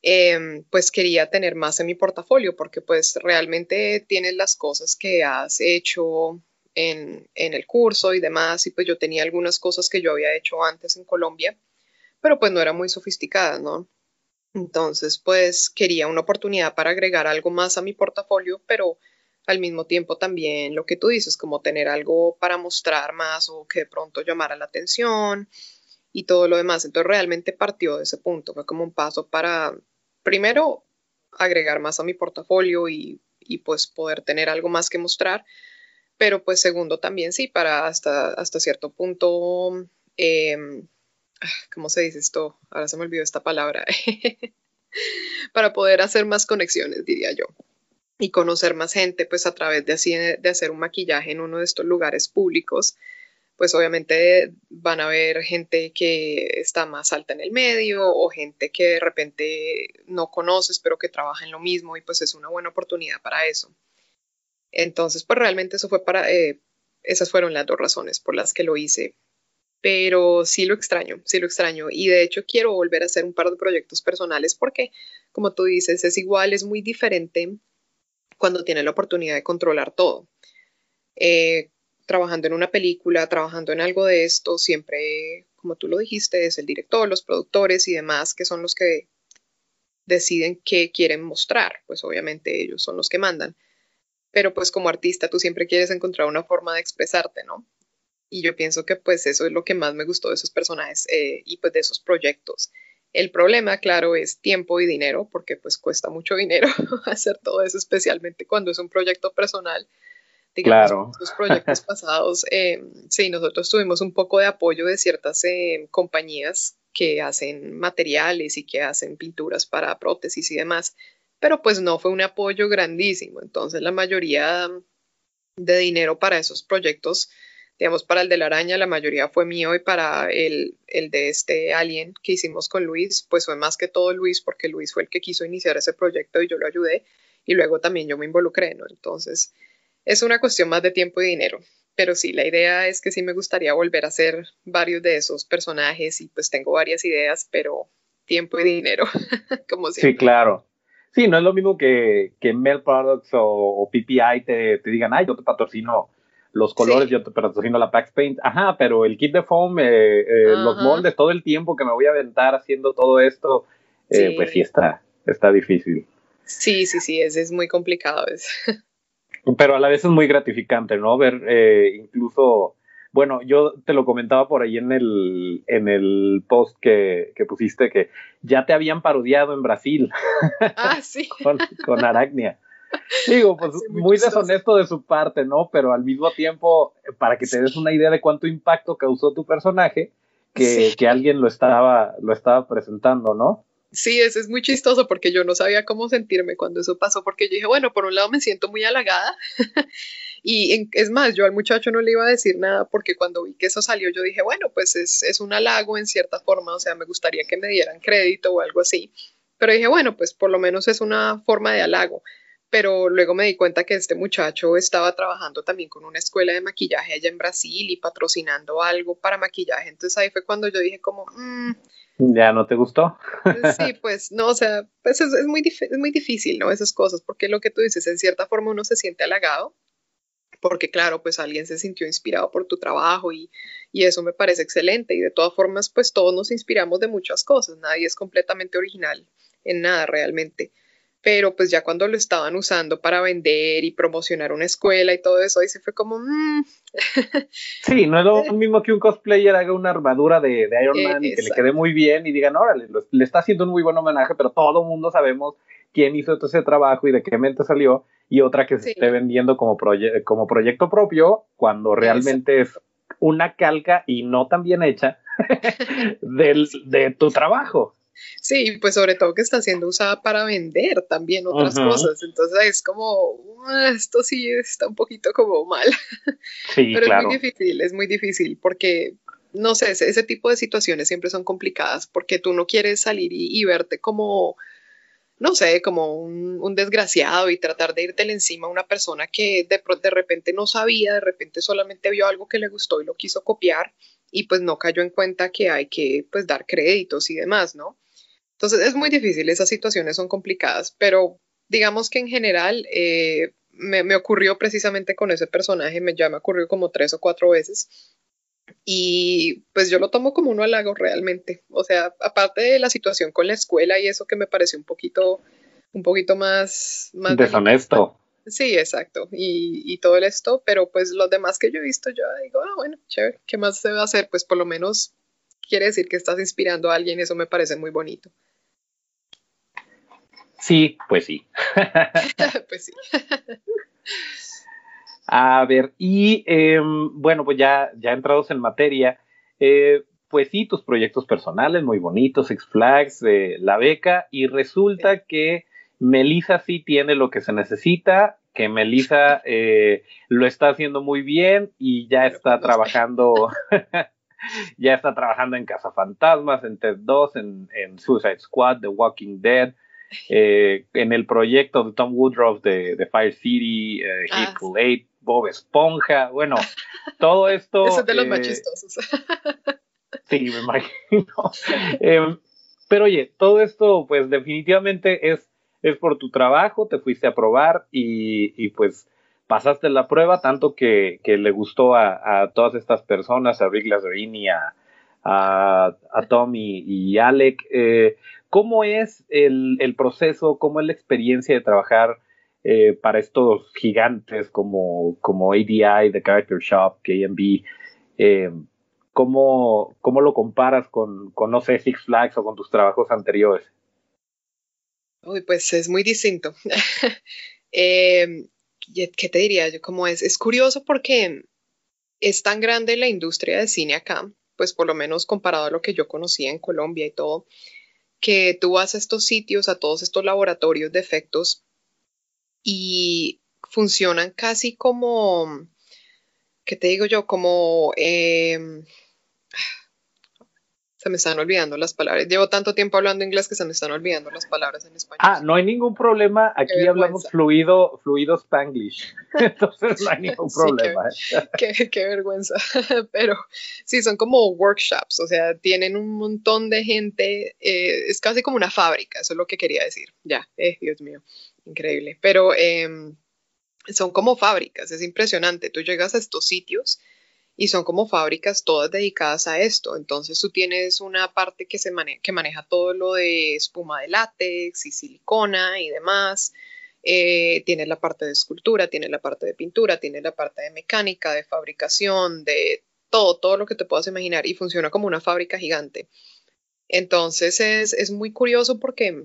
eh, pues quería tener más en mi portafolio porque pues realmente tienes las cosas que has hecho en, en el curso y demás y pues yo tenía algunas cosas que yo había hecho antes en Colombia, pero pues no era muy sofisticada, ¿no? Entonces, pues quería una oportunidad para agregar algo más a mi portafolio, pero al mismo tiempo también lo que tú dices, como tener algo para mostrar más o que de pronto llamara la atención y todo lo demás. Entonces, realmente partió de ese punto, fue como un paso para, primero, agregar más a mi portafolio y, y pues poder tener algo más que mostrar, pero pues segundo también sí, para hasta, hasta cierto punto, eh, ¿cómo se dice esto? Ahora se me olvidó esta palabra. Para poder hacer más conexiones, diría yo, y conocer más gente, pues a través de, así, de hacer un maquillaje en uno de estos lugares públicos, pues obviamente van a ver gente que está más alta en el medio o gente que de repente no conoces, pero que trabaja en lo mismo y pues es una buena oportunidad para eso. Entonces, pues realmente eso fue para, eh, esas fueron las dos razones por las que lo hice, pero sí lo extraño, sí lo extraño. Y de hecho quiero volver a hacer un par de proyectos personales porque, como tú dices, es igual, es muy diferente cuando tienes la oportunidad de controlar todo. Eh, Trabajando en una película, trabajando en algo de esto, siempre, como tú lo dijiste, es el director, los productores y demás que son los que deciden qué quieren mostrar. Pues obviamente ellos son los que mandan. Pero pues como artista tú siempre quieres encontrar una forma de expresarte, ¿no? Y yo pienso que pues eso es lo que más me gustó de esos personajes eh, y pues de esos proyectos. El problema, claro, es tiempo y dinero, porque pues cuesta mucho dinero hacer todo eso, especialmente cuando es un proyecto personal. Digamos,
Claro.
los proyectos pasados, eh, sí, nosotros tuvimos un poco de apoyo de ciertas eh, compañías que hacen materiales y que hacen pinturas para prótesis y demás, pero pues no fue un apoyo grandísimo. Entonces la mayoría de dinero para esos proyectos, digamos, para el de la araña, la mayoría fue mío y para el, el de este Alien que hicimos con Luis, pues fue más que todo Luis, porque Luis fue el que quiso iniciar ese proyecto y yo lo ayudé y luego también yo me involucré, ¿no? Entonces, es una cuestión más de tiempo y dinero. Pero sí, la idea es que sí me gustaría volver a hacer varios de esos personajes y pues tengo varias ideas, pero tiempo y dinero, como
Sí,
siempre.
claro. Sí, no es lo mismo que, que Mel Products o, o P P I te, te digan, ay, yo te patrocino los colores,
Sí,
yo te patrocino la Pax Paint. Ajá, pero el kit de foam, eh, eh, los
ajá,
moldes, todo el tiempo que me voy a aventar haciendo todo esto, eh, pues sí
sí,
está, está difícil.
sí, sí, sí, es, es muy complicado. Es.
Pero a la vez es muy gratificante, ¿no? Ver eh, incluso, bueno, yo te lo comentaba por ahí en el, en el post que, que pusiste que ya te habían parodiado en Brasil
Ah, sí,
con, con Aracnia. Digo, pues
así muy
muy
chistoso.
deshonesto de su parte, ¿no? Pero al mismo tiempo, para que te des una idea de cuánto impacto causó tu personaje,
Sí,
que, que alguien lo estaba, lo estaba presentando, ¿no?
sí, eso es muy chistoso porque yo no sabía cómo sentirme cuando eso pasó, porque yo dije, bueno, por un lado me siento muy halagada y en- es más, yo al muchacho no le iba a decir nada porque cuando vi que eso salió yo dije, bueno, pues es, es un halago en cierta forma, o sea, me gustaría que me dieran crédito o algo así, pero dije, bueno, pues por lo menos es una forma de halago. Pero luego me di cuenta que este muchacho estaba trabajando también con una escuela de maquillaje allá en Brasil y patrocinando algo para maquillaje. Entonces ahí fue cuando yo dije como, "Mm,
¿Ya no te gustó?
sí, pues no, o sea, pues es, es muy, dif- es muy difícil, ¿no? Esas cosas, porque lo que tú dices, en cierta forma uno se siente halagado, porque claro, pues alguien se sintió inspirado por tu trabajo y, y eso me parece excelente. Y de todas formas, pues todos nos inspiramos de muchas cosas, nadie es completamente original en nada realmente. Pero pues ya cuando lo estaban usando para vender y promocionar una escuela y todo eso, ahí se fue como, "Mm,
Sí, no es lo
eh,
mismo que un cosplayer haga una armadura de, de Iron
eh,
Man y que le quede
exacto,
muy bien y digan, órale, lo- le está haciendo un muy buen homenaje, pero todo el mundo sabemos quién hizo todo ese trabajo y de qué mente salió, y otra que se esté
sí,
vendiendo como, proye como proyecto propio cuando realmente es
exacto.
una calca y no tan bien hecha del, de tu trabajo.
Sí, pues sobre todo que está siendo usada para vender también
Uh
otras
-huh.
cosas. Entonces es como, "Ah, esto sí está un poquito como mal".
Sí,
Pero es muy
claro.
difícil, es muy difícil porque, no sé, ese, ese tipo de situaciones siempre son complicadas porque tú no quieres salir y, y verte como, no sé, como un, un desgraciado y tratar de irte encima a una persona que de, pro- de repente no sabía, de repente solamente vio algo que le gustó y lo quiso copiar y pues no cayó en cuenta que hay que pues dar créditos y demás, ¿no? Entonces es muy difícil, esas situaciones son complicadas, pero digamos que en general eh, me, me ocurrió precisamente con ese personaje, me, ya me ocurrió como tres o cuatro veces y pues yo lo tomo como un halago realmente. O sea, aparte de la situación con la escuela y eso que me pareció un poquito, un poquito más, más delicado.
Deshonesto.
Sí, exacto. Y, y todo esto, pero pues los demás que yo he visto, yo digo, ah, bueno, chévere, ¿qué más se va a hacer? Pues por lo menos quiere decir que estás inspirando a alguien, eso me parece muy bonito.
Sí, pues sí.
Pues sí.
A ver, y eh, bueno, pues ya, ya entrados en materia, eh, pues sí, tus proyectos personales muy bonitos, Six Flags, eh, la beca, y resulta que Melissa sí tiene lo que se necesita, que Melissa eh, lo está haciendo muy bien y ya
Bueno,
está
pues no sé.
trabajando, ya está trabajando en Cazafantasmas, en Ted dos, en, en Suicide Squad, The Walking Dead, eh, en el proyecto de Tom Woodruff de, de Fire City, eh,
Ah,
Hateful Eight, Bob Esponja, bueno, todo
ese
esto,
es de los más
eh,
chistosos.
sí, me imagino. eh, pero oye, todo esto pues definitivamente es, es por tu trabajo, te fuiste a probar y, y pues pasaste la prueba, tanto que, que le gustó a, a, todas estas personas, a Rick Lazzarini, a, a, a Tom y, y Alec. Eh, ¿Cómo es el, el, proceso, cómo es la experiencia de trabajar eh, para estos gigantes como, como A D I, The Character Shop, K M B? Eh, ¿cómo, ¿Cómo lo comparas con, con, no sé, Six Flags o con tus trabajos anteriores?
Uy, pues es muy distinto. eh, ¿Qué te diría yo? Como es, es curioso porque es tan grande la industria de cine acá, pues por lo menos comparado a lo que yo conocía en Colombia y todo, que tú vas a estos sitios, a todos estos laboratorios de efectos y funcionan casi como, ¿qué te digo yo? Como eh, se me están olvidando las palabras. Llevo tanto tiempo hablando inglés que se me están olvidando las palabras en español.
Ah, no hay ningún problema.
Qué
Aquí hablamos
vergüenza.
fluido, fluido Spanglish. Entonces no hay ningún
Sí, qué,
problema. ¿eh?
qué, qué vergüenza. Pero sí, son como workshops, o sea, tienen un montón de gente. Eh, es casi como una fábrica, eso es lo que quería decir. Ya, eh, Dios mío, increíble. Pero eh, son como fábricas, es impresionante. Tú llegas a estos sitios y son como fábricas todas dedicadas a esto. Entonces tú tienes una parte que, se mane que maneja todo lo de espuma de látex y silicona y demás. Eh, tienes la parte de escultura, tienes la parte de pintura, tienes la parte de mecánica, de fabricación, de todo, todo lo que te puedas imaginar y funciona como una fábrica gigante. Entonces es, es muy curioso porque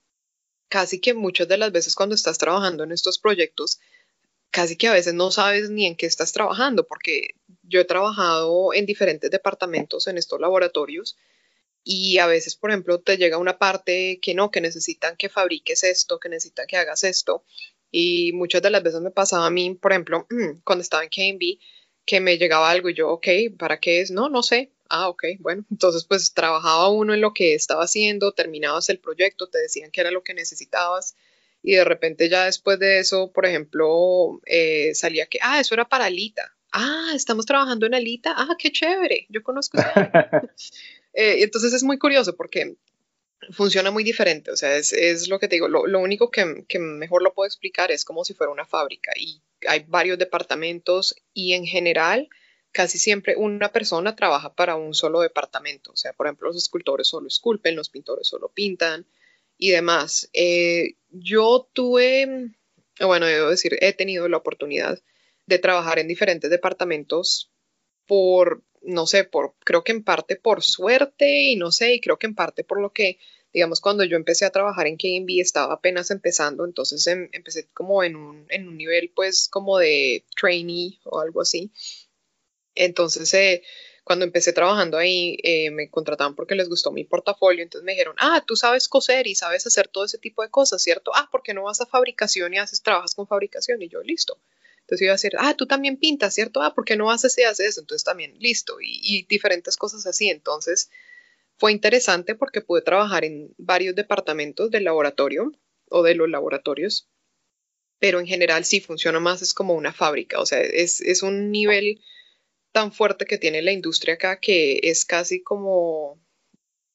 casi que muchas de las veces cuando estás trabajando en estos proyectos, casi que a veces no sabes ni en qué estás trabajando, porque yo he trabajado en diferentes departamentos en estos laboratorios y a veces, por ejemplo, te llega una parte que no, que necesitan que fabriques esto, que necesitan que hagas esto. Y muchas de las veces me pasaba a mí, por ejemplo, cuando estaba en K M B, que me llegaba algo y yo, ok, ¿para qué es? No, no sé. Ah, ok, bueno. Entonces, pues trabajaba uno en lo que estaba haciendo, terminabas el proyecto, te decían que era lo que necesitabas y de repente ya después de eso, por ejemplo, eh, salía que, ah, eso era para Alita. Ah, estamos trabajando en Alita. Ah, qué chévere. Yo conozco ese anime. Eh, entonces es muy curioso porque funciona muy diferente, o sea, es, es lo que te digo, lo, lo único que, que, mejor lo puedo explicar es como si fuera una fábrica y hay varios departamentos y en general casi siempre una persona trabaja para un solo departamento, o sea, por ejemplo, los escultores solo esculpen, los pintores solo pintan y demás. Eh, yo tuve, bueno, debo decir, he tenido la oportunidad de trabajar en diferentes departamentos por, no sé, por, creo que en parte por suerte y no sé, y creo que en parte por lo que, digamos, cuando yo empecé a trabajar en K M B estaba apenas empezando, entonces em, empecé como en un, en un nivel pues como de trainee o algo así. Entonces, eh, cuando empecé trabajando ahí, eh, me contrataban porque les gustó mi portafolio, entonces me dijeron, ah, tú sabes coser y sabes hacer todo ese tipo de cosas, ¿cierto? Ah, ¿por qué no vas a fabricación y haces, trabajas con fabricación? Y yo, listo. Entonces iba a decir, ah, tú también pintas, ¿cierto? Ah, ¿por qué no haces y haces eso? Entonces también, listo. Y, y diferentes cosas así. Entonces fue interesante porque pude trabajar en varios departamentos del laboratorio o de los laboratorios, pero en general sí funciona más, es como una fábrica, o sea, es, es un nivel tan fuerte que tiene la industria acá que es casi como,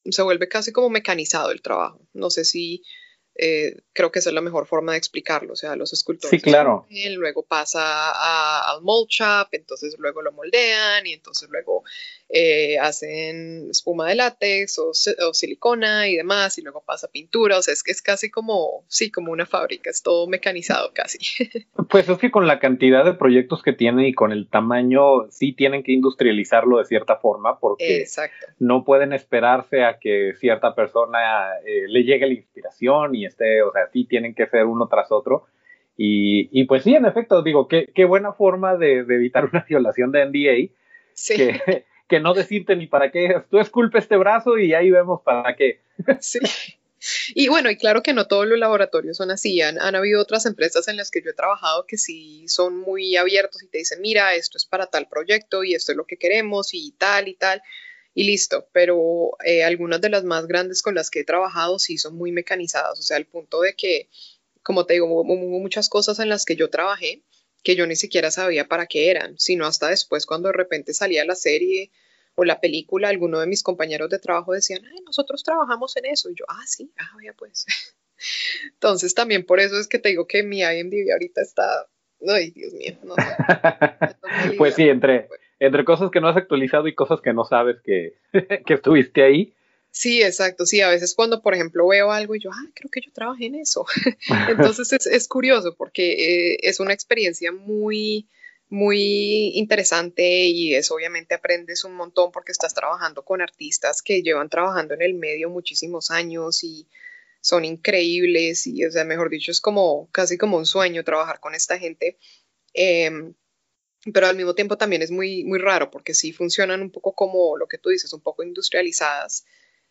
se vuelve casi como mecanizado el trabajo. No sé si eh, creo que esa es la mejor forma de explicarlo. O sea, los escultores
Sí, claro.
esculpen, luego pasa a- al mold shop, entonces luego lo moldean y entonces luego eh, hacen espuma de látex o, si- o silicona y demás y luego pasa pintura. O sea, es que es casi como, sí, como una fábrica, es todo mecanizado casi.
Pues es que con la cantidad de proyectos que tienen y con el tamaño, sí tienen que industrializarlo de cierta forma porque
Exacto.
no pueden esperarse a que cierta persona eh, le llegue la inspiración y esté, o sea, sí tienen que ser uno tras otro. Y, y pues sí, en efecto, digo, qué, qué buena forma de, de evitar una violación de N D A,
Sí,
que, que no decirte ni para qué, tú esculpe este brazo y ahí vemos para qué.
sí. Y bueno, y claro que no todos los laboratorios son así. Han, han habido otras empresas en las que yo he trabajado que sí son muy abiertos y te dicen, mira, esto es para tal proyecto y esto es lo que queremos y tal y tal, y listo. Pero eh, algunas de las más grandes con las que he trabajado sí son muy mecanizadas, o sea, al punto de que, como te digo, hubo, hubo muchas cosas en las que yo trabajé que yo ni siquiera sabía para qué eran, sino hasta después cuando de repente salía la serie o la película, alguno de mis compañeros de trabajo decían, ay, nosotros trabajamos en eso. Y yo, ah, sí, ah, ya pues. Entonces también por eso es que te digo que mi I M D B ahorita está, ay, Dios mío, no sé, me toca
Pues
lidiar
sí,
con
entre,
eso.
entre cosas que no has actualizado y cosas que no sabes que, que estuviste ahí.
Sí, exacto, sí, a veces cuando, por ejemplo, veo algo y yo, ah, creo que yo trabajé en eso. Entonces es, es curioso porque eh, es una experiencia muy, muy interesante y es obviamente aprendes un montón porque estás trabajando con artistas que llevan trabajando en el medio muchísimos años y son increíbles y, o sea, mejor dicho, es como casi como un sueño trabajar con esta gente. Em, pero al mismo tiempo también es muy, muy raro porque sí funcionan un poco como lo que tú dices, un poco industrializadas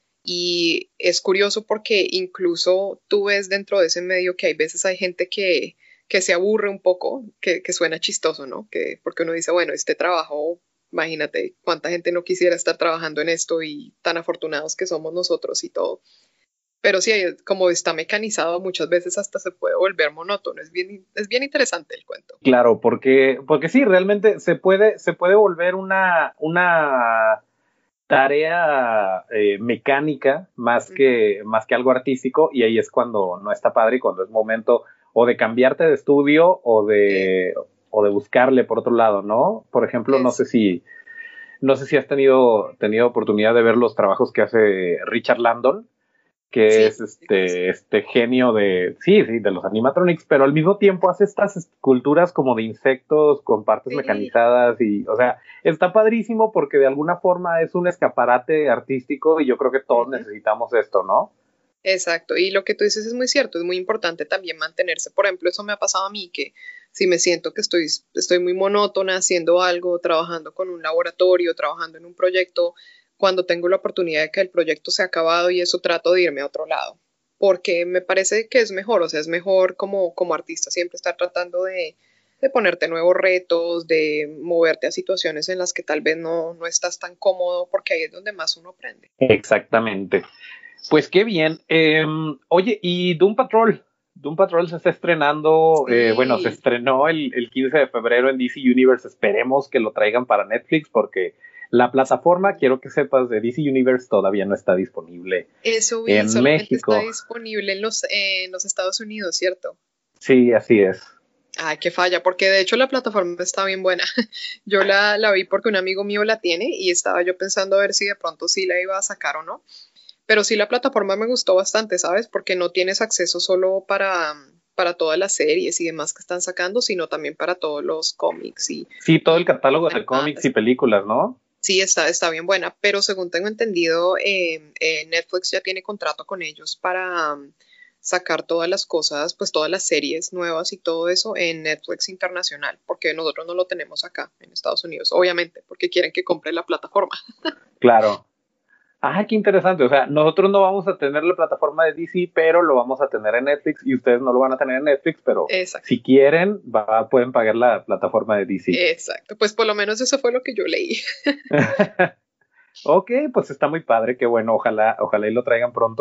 y es curioso porque incluso tú ves dentro de ese medio que hay veces hay gente que, que se aburre un poco, que, que suena chistoso, ¿no? Que, porque uno dice, bueno, este trabajo, imagínate cuánta gente no quisiera estar trabajando en esto y tan afortunados que somos nosotros y todo. Pero sí, como está mecanizado, muchas veces hasta se puede volver monótono. Es bien, es bien interesante el cuento.
Claro, porque, porque sí, realmente se puede, se puede volver una, una tarea eh, mecánica más
Ujú.
que, más que algo artístico, y ahí es cuando no está padre y cuando es momento o de cambiarte de estudio o
Eh,
de, o de buscarle por otro lado, ¿no? Por ejemplo, no sé
es,
si, no sé si has tenido, tenido oportunidad de ver los trabajos que hace Richard Landon, que
sí,
es
sí, sí, sí.
este, este genio de, sí, sí, de los animatronics, pero al mismo tiempo hace estas esculturas como de insectos con partes
Sí,
mecanizadas y, o sea, está padrísimo porque de alguna forma es un escaparate artístico y yo creo que todos
ujú.
necesitamos esto, ¿no?
Exacto, y lo que tú dices es muy cierto, es muy importante también mantenerse. Por ejemplo, eso me ha pasado a mí, que si me siento que estoy, estoy muy monótona haciendo algo, trabajando con un laboratorio, trabajando en un proyecto, cuando tengo la oportunidad de que el proyecto se ha acabado y eso trato de irme a otro lado, porque me parece que es mejor, o sea, es mejor como, como artista siempre estar tratando de, de ponerte nuevos retos, de moverte a situaciones en las que tal vez no, no estás tan cómodo, porque ahí es donde más uno aprende.
Exactamente. Pues qué bien. Eh, oye, y Doom Patrol. Doom Patrol se está estrenando, eh, bueno, se
Sí.
estrenó el, el quince de febrero en D C Universe. Esperemos que lo traigan para Netflix porque la plataforma, quiero que sepas, de D C Universe todavía no está disponible
Eso vi,
en
solamente está
México.
disponible en los, en los Estados Unidos, ¿cierto?
Sí, así es.
Ay, qué falla, porque de hecho la plataforma está bien buena. Yo la, la vi porque un amigo mío la tiene y estaba yo pensando a ver si de pronto sí la iba a sacar o no. Pero sí la plataforma me gustó bastante, ¿sabes? Porque no tienes acceso solo para, para todas las series y demás que están sacando, sino también para todos los cómics y,
Sí, todo el
y
catálogo de cómics y
animadas.
películas, ¿no?
Sí, está, está bien buena, pero según tengo entendido, eh, eh, Netflix ya tiene contrato con ellos para um, sacar todas las cosas, pues todas las series nuevas y todo eso en Netflix internacional, porque nosotros no lo tenemos acá en Estados Unidos, obviamente, porque quieren que compre la plataforma.
Claro. Ah, qué interesante. O sea, nosotros no vamos a tener la plataforma de D C, pero lo vamos a tener en Netflix y ustedes no lo van a tener en Netflix, pero
Exacto,
si quieren, va, pueden pagar la plataforma de D C.
exacto. Pues por lo menos eso fue lo que yo leí.
Ok, pues está muy padre, qué bueno, ojalá, ojalá y lo traigan pronto.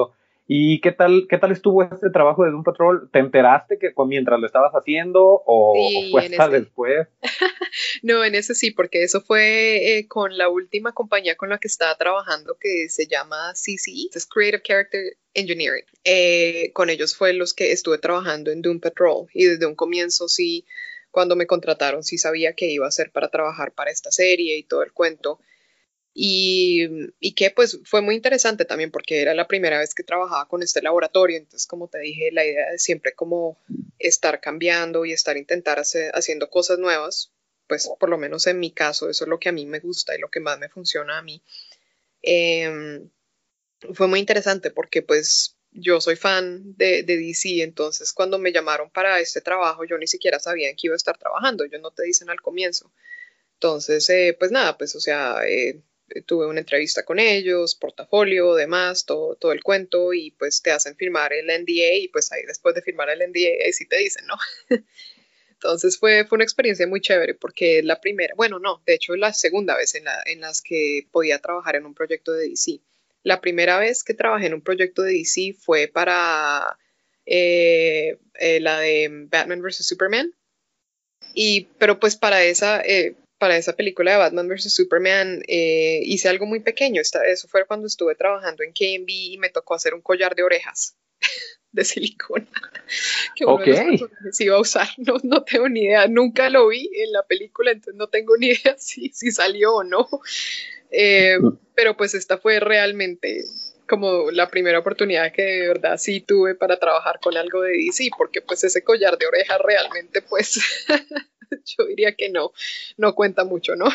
¿Y qué tal, qué tal estuvo este trabajo de Doom Patrol? ¿Te enteraste que mientras lo estabas haciendo o, o
Sí,
fue
en
hasta
ese.
después?
No, en ese sí, porque eso fue eh, con la última compañía con la que estaba trabajando que se llama C C E, es Creative Character Engineering. Eh, con ellos fue los que estuve trabajando en Doom Patrol y desde un comienzo sí, cuando me contrataron sí sabía que iba a ser para trabajar para esta serie y todo el cuento. Y, y que pues fue muy interesante también porque era la primera vez que trabajaba con este laboratorio, entonces como te dije, la idea de siempre como estar cambiando y estar intentar hacer, haciendo cosas nuevas, pues por lo menos en mi caso eso es lo que a mí me gusta y lo que más me funciona a mí. Eh, Fue muy interesante porque pues yo soy fan de, de D C, entonces cuando me llamaron para este trabajo yo ni siquiera sabía en qué iba a estar trabajando, ellos no te dicen al comienzo. Entonces, eh, pues nada, pues o sea, eh, tuve una entrevista con ellos, portafolio, demás, todo, todo el cuento y pues te hacen firmar el N D A y pues ahí después de firmar el N D A ahí sí te dicen, ¿no? Entonces fue, fue una experiencia muy chévere porque la primera, bueno, no, de hecho la segunda vez en, la, en las que podía trabajar en un proyecto de D C. La primera vez que trabajé en un proyecto de D C fue para eh, eh, la de Batman versus Superman. Y, pero pues para esa, eh, para esa película de Batman versus Superman eh, hice algo muy pequeño. Esta, eso fue cuando estuve trabajando en K and B y me tocó hacer un collar de orejas de silicona que uno de
Ok.
los personajes iba a usar. No, no tengo ni idea, nunca lo vi en la película, entonces no tengo ni idea si, si salió o no. Eh, pero pues esta fue realmente como la primera oportunidad que de verdad sí tuve para trabajar con algo de D C, porque pues ese collar de oreja realmente pues yo diría que no, no cuenta mucho, ¿no?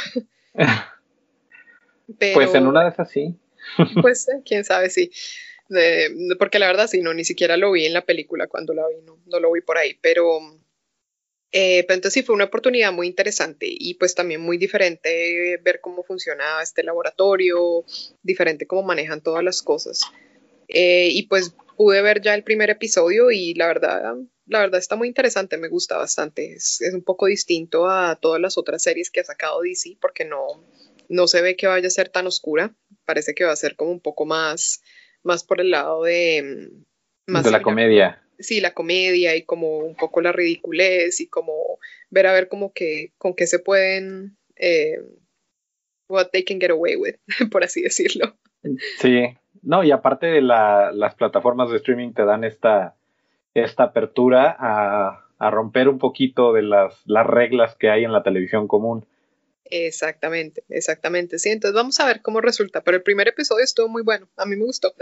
Pues en
Pero
una de esas sí.
pues eh, quién sabe si, eh, porque la verdad sí, no, ni siquiera lo vi en la película cuando la vi, no, no lo vi por ahí, pero Eh, pero entonces sí fue una oportunidad muy interesante y pues también muy diferente ver cómo funciona este laboratorio, diferente cómo manejan todas las cosas. Eh, y pues pude ver ya el primer episodio y la verdad, la verdad está muy interesante, me gusta bastante. Es, es un poco distinto a todas las otras series que ha sacado D C porque no, no se ve que vaya a ser tan oscura, parece que va a ser como un poco más, más por el lado de, mm, más
De la
similar como,
comedia.
sí, la comedia y como un poco la ridiculez y como ver a ver como que con qué se pueden, eh, what they can get away with, por así decirlo.
Sí. No, y aparte de la, las plataformas de streaming te dan esta, esta apertura a, a romper un poquito de las, las reglas que hay en la televisión común.
Exactamente, exactamente. Sí, entonces vamos a ver cómo resulta. Pero el primer episodio estuvo muy bueno. A mí me gustó.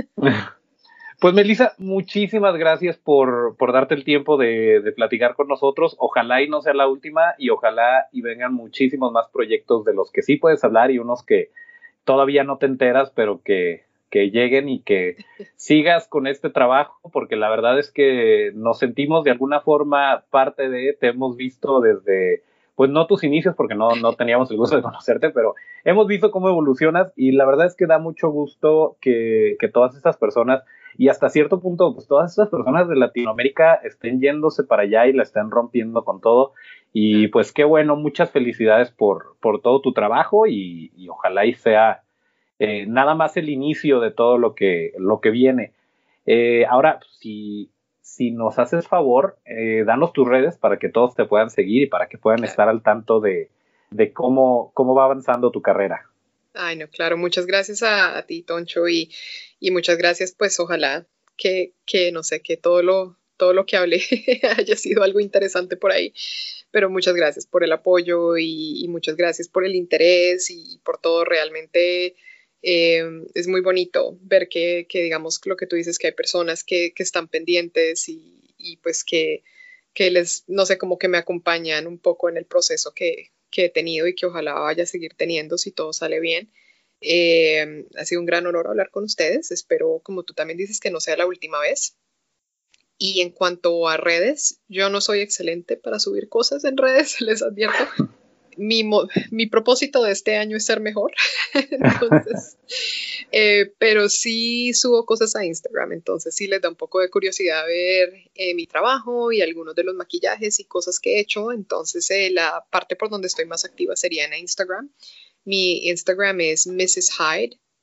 Pues Melissa, muchísimas gracias por, por darte el tiempo de, de platicar con nosotros. Ojalá y no sea la última y ojalá y vengan muchísimos más proyectos de los que sí puedes hablar y unos que todavía no te enteras, pero que, que lleguen y que sigas con este trabajo, porque la verdad es que nos sentimos de alguna forma parte de, te hemos visto desde, pues no tus inicios, porque no, no teníamos el gusto de conocerte, pero hemos visto cómo evolucionas y la verdad es que da mucho gusto que, que todas estas personas y hasta cierto punto, pues todas estas personas de Latinoamérica estén yéndose para allá y la estén rompiendo con todo. Y pues qué bueno, muchas felicidades por, por todo tu trabajo y, y ojalá y sea eh, nada más el inicio de todo lo que, lo que viene. Eh, ahora, si, si nos haces favor, eh, danos tus redes para que todos te puedan seguir y para que puedan
Claro.
estar al tanto de, de cómo, cómo va avanzando tu carrera.
Ay, no, claro. Muchas gracias a, a ti, Toncho, y, y muchas gracias, pues ojalá que, que, no sé, que todo lo, todo lo que hablé haya sido algo interesante por ahí. Pero muchas gracias por el apoyo y, y muchas gracias por el interés y por todo. Realmente eh, es muy bonito ver que, que, digamos, lo que tú dices, que hay personas que, que están pendientes y, y pues que, que les, no sé, como que me acompañan un poco en el proceso que, que he tenido y que ojalá vaya a seguir teniendo si todo sale bien. Eh, ha sido un gran honor hablar con ustedes. Espero, como tú también dices, que no sea la última vez. Y en cuanto a redes, yo no soy excelente para subir cosas en redes, les advierto. Mi, mo- mi propósito de este año es ser mejor. Entonces, eh, pero sí subo cosas a Instagram, entonces sí les da un poco de curiosidad ver eh, mi trabajo y algunos de los maquillajes y cosas que he hecho. Entonces, eh, la parte por donde estoy más activa sería en Instagram. Mi Instagram es missus Hyde,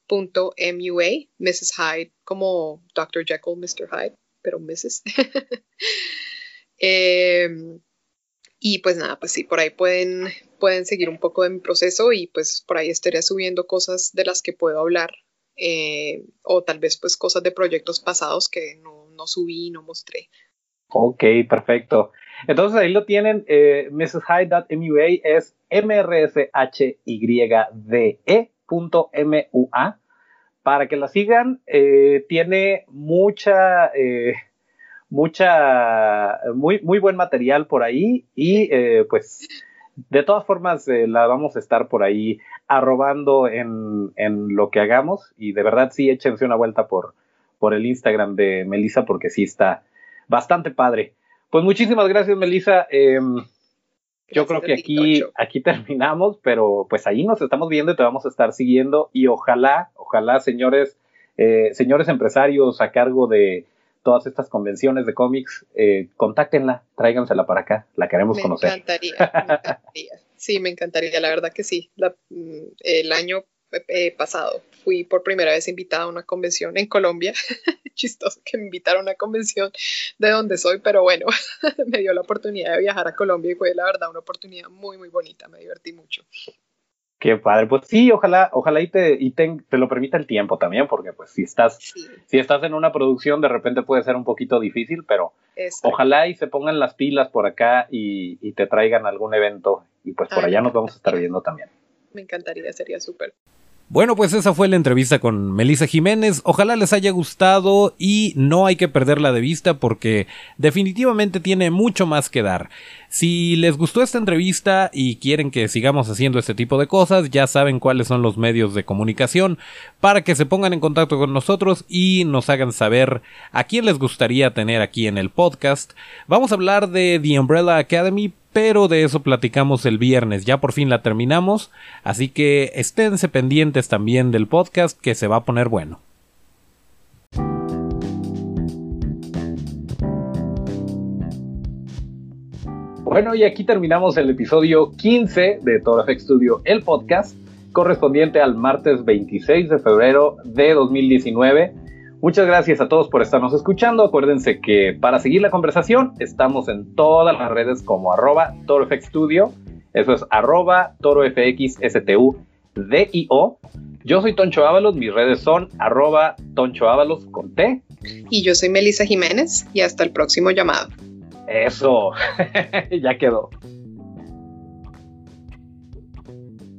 punto M U A, missus Hyde, como doctor Jekyll, mister Hyde, pero missus eh, y pues nada, pues sí, por ahí pueden, pueden seguir un poco de mi proceso y pues por ahí estaré subiendo cosas de las que puedo hablar, eh, o tal vez pues cosas de proyectos pasados que no, no subí y no mostré.
Ok, perfecto. Entonces ahí lo tienen, eh, missus Hyde punto M U A es M R S H Y D E punto M U A, para que la sigan. Eh, tiene mucha... Eh, mucha, muy, muy buen material por ahí y eh, pues de todas formas eh, la vamos a estar por ahí arrobando en, en lo que hagamos y de verdad sí échense una vuelta por, por el Instagram de Melissa porque sí está bastante padre. Pues muchísimas gracias, Melissa. Eh, yo creo que aquí, aquí terminamos, pero pues ahí nos estamos viendo y te vamos a estar siguiendo y ojalá, ojalá señores, eh, señores empresarios a cargo de todas estas convenciones de cómics, eh, contáctenla, tráigansela para acá, la queremos
me
conocer.
Encantaría, me encantaría. Sí, me encantaría, la verdad que sí. La, el año eh, pasado fui por primera vez invitada a una convención en Colombia. Chistoso que me invitaron a una convención de donde soy, pero bueno, me dio la oportunidad de viajar a Colombia y fue la verdad una oportunidad muy, muy bonita, me divertí mucho.
Qué padre, pues sí, ojalá, ojalá y te, y te, te lo permita el tiempo también, porque pues si estás, sí. si estás en una producción de repente puede ser un poquito difícil, pero Exacto. ojalá y se pongan las pilas por acá y, y te traigan algún evento y pues por Ay, allá nos vamos a estar viendo también.
Me encantaría, sería súper.
Bueno, pues esa fue la entrevista con Melissa Jiménez. Ojalá les haya gustado y no hay que perderla de vista porque definitivamente tiene mucho más que dar. Si les gustó esta entrevista y quieren que sigamos haciendo este tipo de cosas, ya saben cuáles son los medios de comunicación para que se pongan en contacto con nosotros y nos hagan saber a quién les gustaría tener aquí en el podcast. Vamos a hablar de The Umbrella Academy, pero de eso platicamos el viernes, ya por fin la terminamos, así que esténse pendientes también del podcast que se va a poner bueno.
Bueno, y aquí terminamos el episodio quince de Toro F X Studio, el podcast, correspondiente al martes veintiséis de febrero de dos mil diecinueve. Muchas gracias a todos por estarnos escuchando. Acuérdense que para seguir la conversación estamos en todas las redes como arroba ToroFXStudio. Eso es arroba ToroFXSTUDIO. Yo soy Toncho Ábalos, mis redes son arroba Toncho Ábalos con T.
Y yo soy Melissa Jiménez y hasta el próximo llamado.
Eso, ya quedó.